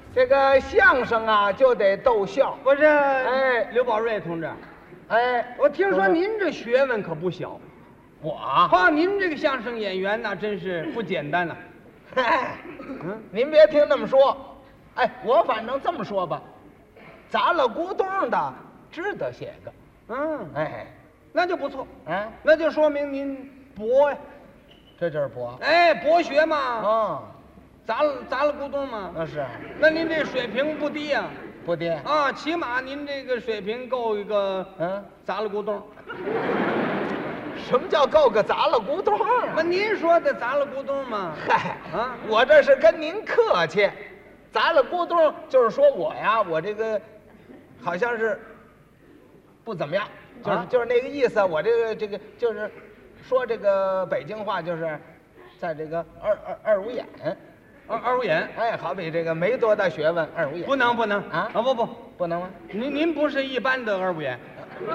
这个相声啊就得逗笑。 不是， 哎， 刘宝瑞同志， 哎， 我听说您这学问可不小， 我啊， 您这个相声演员那真是不简单呐。 嗨，您别听那么说，哎，我反正这么说吧，砸了咕咚的值得写个，哎， 那就不错， 哎， 那就说明您博呀， 这就是博， 哎，博学嘛，砸了咕咚嘛， 那是， 那您这水平不低呀， 不低啊，起码您这个水平够一个砸了咕咚。 什么叫够个砸了咕咚啊？ 那您说的砸了咕咚吗？ 嗨我这是跟您客气，砸了咕咚就是说我呀，我这个好像是不怎么样，就是那个意思。我这个就是说这个北京话，就是在这个二五眼， 二五眼， 哎，好比这个没多大学问，二五眼不能啊不能吗？ 您不是一般的二五眼，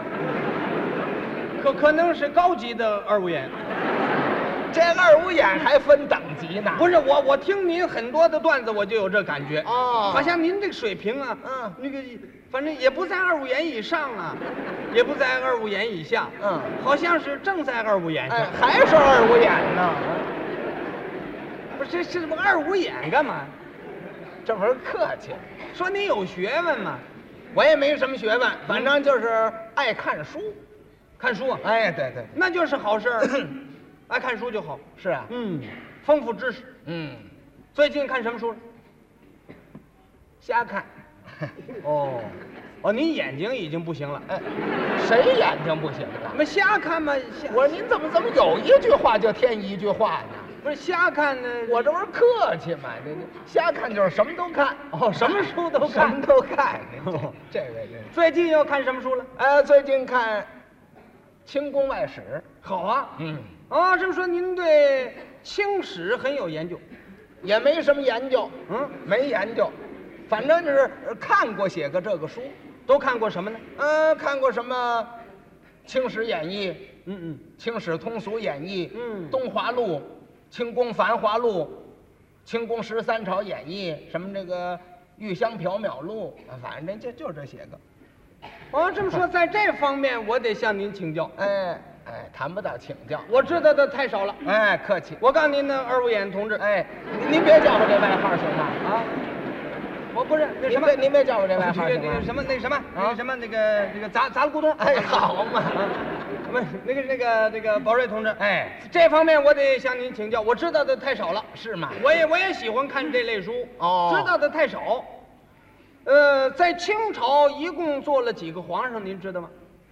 可能是高级的二五眼。 这二五眼还分等级呢？ 不是我听您很多的段子，我就有这感觉好像您这个水平啊，那个反正也不在二五眼以上啊，也不在二五眼以下，好像是正在二五眼上， 还是二五眼呢？ 不是这不二五眼干嘛？ 这不是客气， 说您有学问嘛？ 我也没什么学问，反正就是爱看书， 看书啊？ 哎，对， 那就是好事儿。爱看书就好。 是啊， 丰富知识。最近看什么书了？ 瞎看。 哦，您眼睛已经不行了。 谁眼睛不行了？ 那瞎看嘛？ 我说您怎么有一句话就添一句话呢？ 不是瞎看呢？ 我这不是客气嘛？这瞎看就是什么都看。 什么书都看， 什么都看。这位最近又看什么书了？ 最近看《清宫外史》。 好啊。这么说您对清史很有研究？ 也没什么研究。没研究，反正就是看过写个这个书。 都看过什么呢？ 看过什么《清史演义》？《清史通俗演义》。《东华录》。《清宫繁华录》，《清宫13朝演义》，什么这个《玉香缥缈录》，反正就这些个。 这么说，在这方面我得向您请教。 谈不到请教， 我知道的太少了。 客气。 我告诉您呢，二五眼同志， 您别叫我这外号行吗？ 我不是那什么， 您别叫我这外号行吗？ 那个砸了咕咚。 好嘛。 那个宝瑞同志，这方面我得向您请教，我知道的太少了。 是吗？ 我也喜欢看这类书。知道的太少。在清朝一共做了几个皇上，您知道吗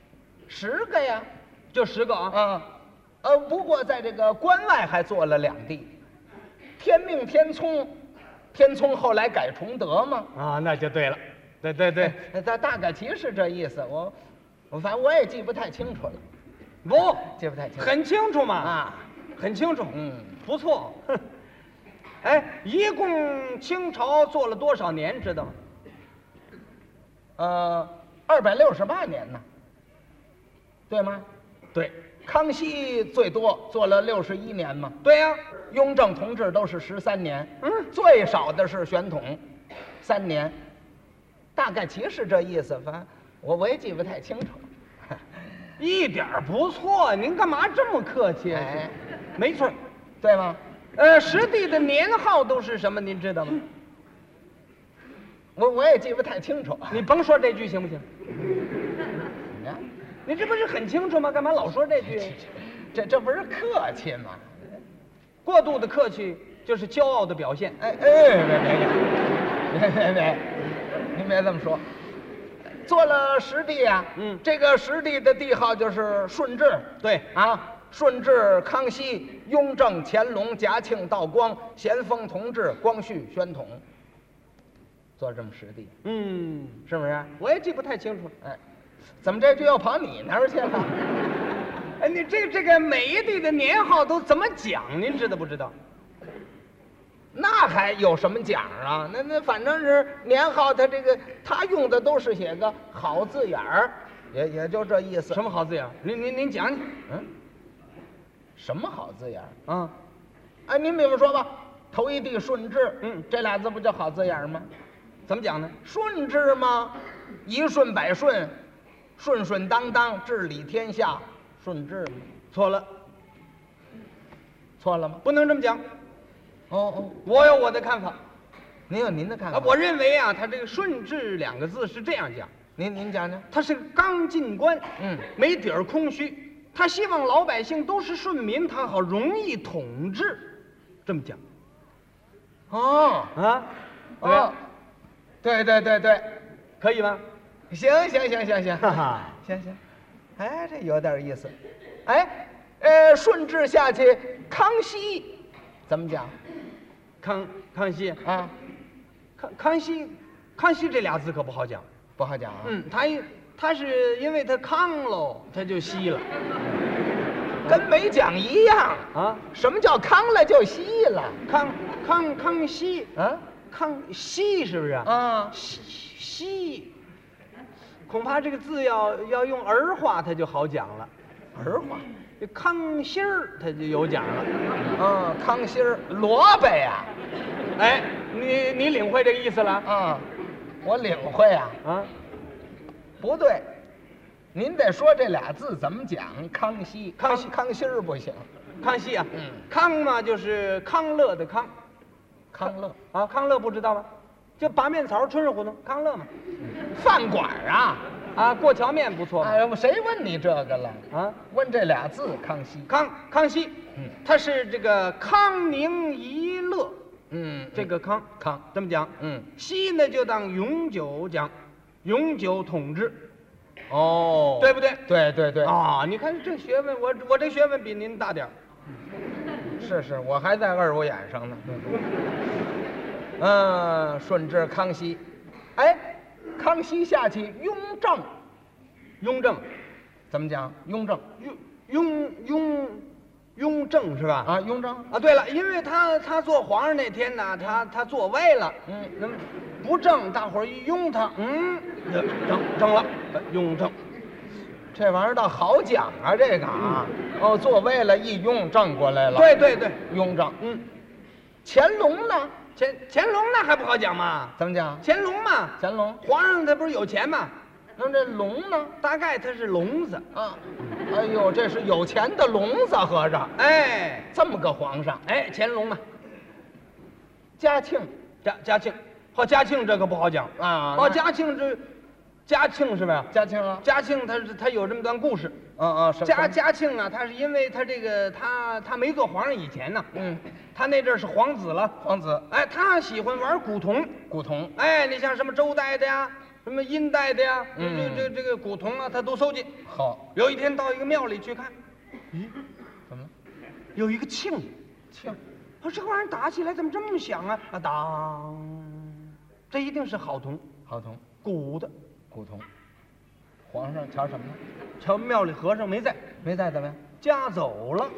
？10个呀， 就10个啊。 不过在这个关外还做了2帝，天命天聪，天聪后来改崇德嘛。 那就对了。对， 大概其实这意思，我反正我也记不太清楚了。 不， 记不太清楚， 很清楚嘛。很清楚。不错。一共清朝做了多少年，知道吗？268年呢，对吗？ 对。 康熙最多做了61年嘛。 对呀。 雍正同志都是13年。最少的是宣统3年，大概其实这意思，反正我也记不太清楚。 一点不错，您干嘛这么客气？没错， 对吗实地的年号都是什么？您知道吗？ 我也记不太清楚。 你甭说这句行不行？你这不是很清楚吗？干嘛老说这句？ 这不是客气吗？ 过度的客气就是骄傲的表现。 别，您别这么说。做了10帝啊，这个10帝的帝号就是顺治。 对啊，顺治、康熙、雍正、乾隆、嘉庆、道光、咸丰、同治、光绪、宣统，做这么10帝。是不是？ 我也记不太清楚。 怎么这句又跑你那儿去了？ 你这个每一帝的年号都怎么讲？您知道不知道？ 那还有什么讲啊？那反正是年号，他用的都是写个好字眼儿，也就这意思。 什么好字眼儿？您讲讲。 什么好字眼儿？ 您比方说吧，头一帝顺治，这俩字不叫好字眼儿吗？ 怎么讲呢？ 顺治吗？一顺百顺，顺顺当当，治理天下，顺治吗？ 错了， 错了吗？ 不能这么讲。 哦， 我有我的看法。 您有您的看法。 我认为啊，他这个顺治2个字是这样讲。 您讲讲。 他是个刚进官，没底儿空虚，他希望老百姓都是顺民，他好容易统治，这么讲。 哦啊， 哦，对， 可以吗？ 行， 哈哈， 行，哎，这有点意思。哎，顺治下去，康熙怎么讲？ 康熙啊， 康熙这俩字可不好讲， 不好讲啊。 他是因为他康喽，他就稀了， 跟没讲一样啊。 什么叫康了就稀了？ 康熙啊， 康熙是不是啊？ 熙，恐怕这个字要用儿化，它就好讲了。 儿化， 这康熙儿他就有讲了。 康熙儿，萝卜呀。 哎，你领会这个意思了？ 啊，我领会啊。 啊， 不对，您得说这俩字怎么讲？康熙儿不行。 康熙啊，康嘛就是康乐的康， 康乐啊，康乐不知道吗？就拔面草春日胡同康乐嘛。 饭馆啊。 啊，过桥面不错。 哎呀，谁问你这个了？ 啊， 问这俩字，康熙。 康熙，他是这个康宁怡乐。这个康这么讲。熙呢就当永久讲，永久统治。 哦， 对不对？ 对。 啊，你看这学问，我这学问比您大点儿。 是，我还在二五眼上呢。顺治康熙，哎，康熙下去雍正，怎么讲？雍正， 雍正是吧？ 啊，雍正啊，对了，因为他做皇上那天呢，他做歪了，那么不正，大伙儿一拥他，正了，雍正， 这玩意儿倒好讲啊，这个啊，做歪了，一雍正过来了， 对， 雍正，乾隆呢？ 乾隆那还不好讲嘛？ 怎么讲？ 乾隆嘛， 乾隆， 皇上他不是有钱嘛？ 那这龙呢？ 大概他是聋子啊。哎呦，这是有钱的聋子，合着。 哎， 这么个皇上。 哎，乾隆嘛。 嘉庆， 嘉庆，嘉庆这个不好讲啊。 嘉庆是吧？ 嘉庆啊， 嘉庆他有这么段故事。嘉庆啊，他是因为他这个他没做皇上以前呢，他那阵是皇子了， 皇子。 哎，他喜欢玩古铜。哎，你像什么周代的呀？什么殷代的呀？这个古铜啊，他都收集。 好， 有一天到一个庙里去看，咦， 怎么了？ 有一个磬，这个玩意儿打起来怎么这么响啊？当，这一定是好铜，古铜。 皇上瞧什么呢？ 瞧庙里和尚没在怎么样？家走了。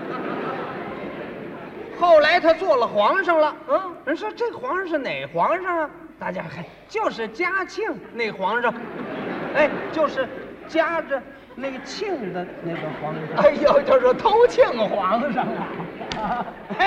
后来他做了皇上了，人说这皇上是哪皇上啊？大家看，就是嘉庆那皇上，哎，就是夹着那个磬的那个皇上。 哎呦，就是偷庆皇上啊！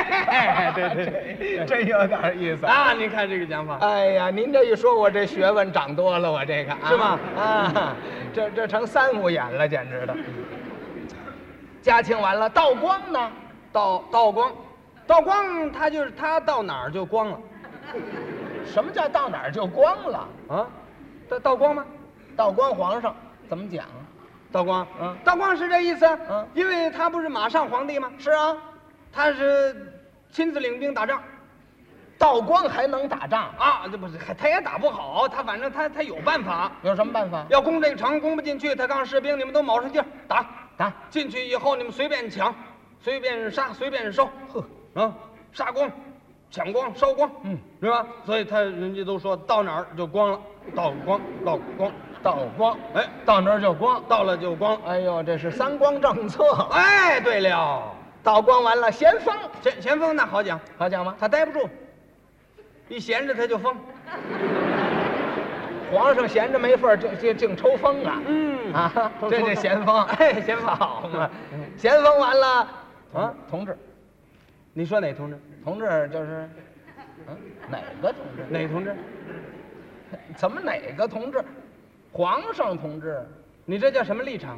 对， 这有点意思啊！您看这个讲法。 哎呀，您这一说，我这学问长多了，我这个是吗？ 啊，这成三五眼了，简直的。嘉庆完了，道光呢？ 道光，他到哪儿就光了。 什么叫到哪儿就光了啊？道光吗？ 道光皇上怎么讲？ 道光，道光是这意思。因为他不是马上皇帝吗？ 是啊， 他是亲自领兵打仗。 道光还能打仗啊？这不是，他也打不好，他反正他有办法。 有什么办法？ 要攻这个城，攻不进去，他告诉士兵：你们都卯上劲儿打。进去以后，你们随便抢，随便杀，随便烧。杀光。抢光、烧光，是吧？所以人家都说到哪儿就光了，道光，哎， 到哪儿就光， 到了就光。 哎呦，这是三光政策。 哎，对了， 道光完了，咸丰， 咸丰那好讲吗？ 他待不住，一闲着他就疯。 皇上闲着没份儿，就净抽风啊！这咸丰， 哎，咸丰好嘛，咸丰完了同志。 你说哪同志？ 同志就是，哪个同志？ 哪同志？ 怎么哪个同志？皇上同志？ 你这叫什么立场？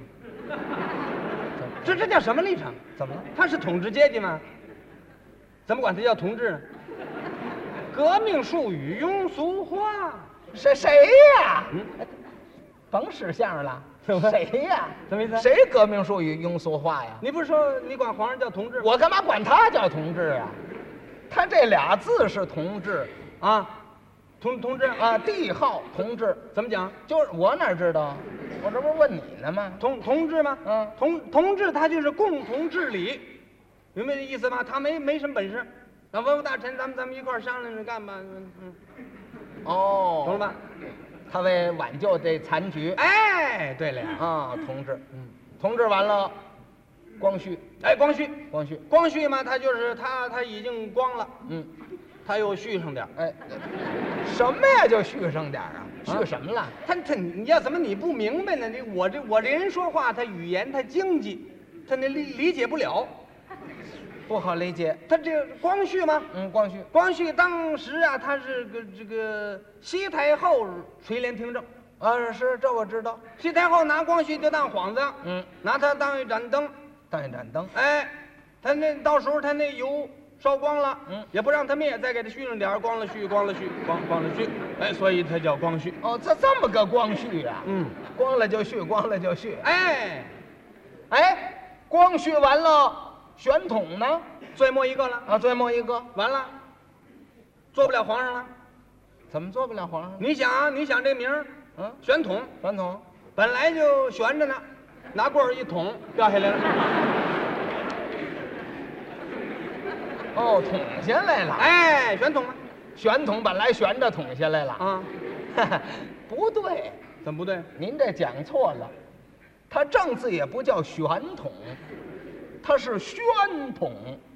这叫什么立场？ 怎么了？ 他是统治阶级吗？怎么管他叫同志呢？革命术语庸俗话。 谁呀？甭识相声了，谁呀？ 什么意思？ 谁革命术语庸俗话呀？ 你不是说你管皇上叫同志吗？ 我干嘛管他叫同志啊？他这俩字是同志啊，同志啊，帝号同志。 怎么讲？ 就是我哪知道？我这不是问你呢吗？ 同志吗？ 嗯， 同志他就是共同治理，明白这意思吗？他没什么本事。那文武大臣，咱们一块儿商量着干吧。 哦， 懂了吧？ 他为挽救这残局。 哎，对了呀。 啊，同志，同志完了，光绪。 哎，光绪嘛，他就是他已经光了。他又续上点。 哎，什么呀？就续上点啊？续什么了？ 你要怎么你不明白呢？我这人说话，他语言他经济，他那理解不了。 不好理解。 他这个光绪吗？光绪当时啊，他是这个西太后垂帘听政。 啊，是这我知道。 西太后拿光绪就当幌子，拿他当一盏灯，哎，他那到时候他那油烧光了，也不让他灭，再给他续上点，光了续，哎，所以他叫光绪。 哦，这么个光绪呀？光了就续，哎，光绪完了。选统呢？ 最末一个了啊！最末一个完了，做不了皇上了。 怎么做不了皇上？ 你想这名儿，选统，本来就悬着呢，拿棍儿一捅掉下来了。 哦，捅下来了。 哎，选统了。 选统本来悬着捅下来了啊， 不对。 怎么不对？ 您这讲错了，它正字也不叫选统。他是宣统，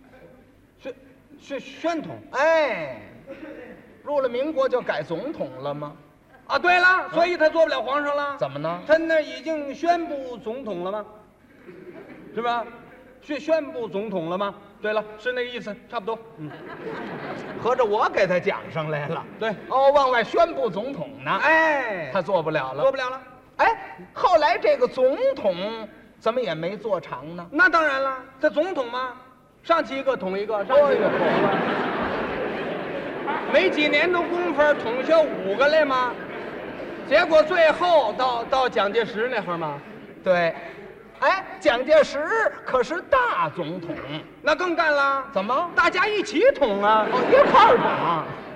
宣统， 哎，入了民国就改总统了吗？ 啊，对了，所以他做不了皇上了。 怎么呢？ 他那已经宣布总统了吗？是吧？宣布总统了吗？对了，是那个意思，差不多。 合着我给他讲上来了。 对， 哦，往外宣布总统呢。 哎， 他做不了了。哎，后来这个总统。怎么也没做长呢？ 那当然了，这总统嘛，上去一个捅一个，没几年的功夫捅下5个来吗？结果最后到蒋介石那会儿嘛， 对，哎，蒋介石可是大总统， 那更干了。 怎么？ 大家一起捅啊！ 哦，一块儿捅。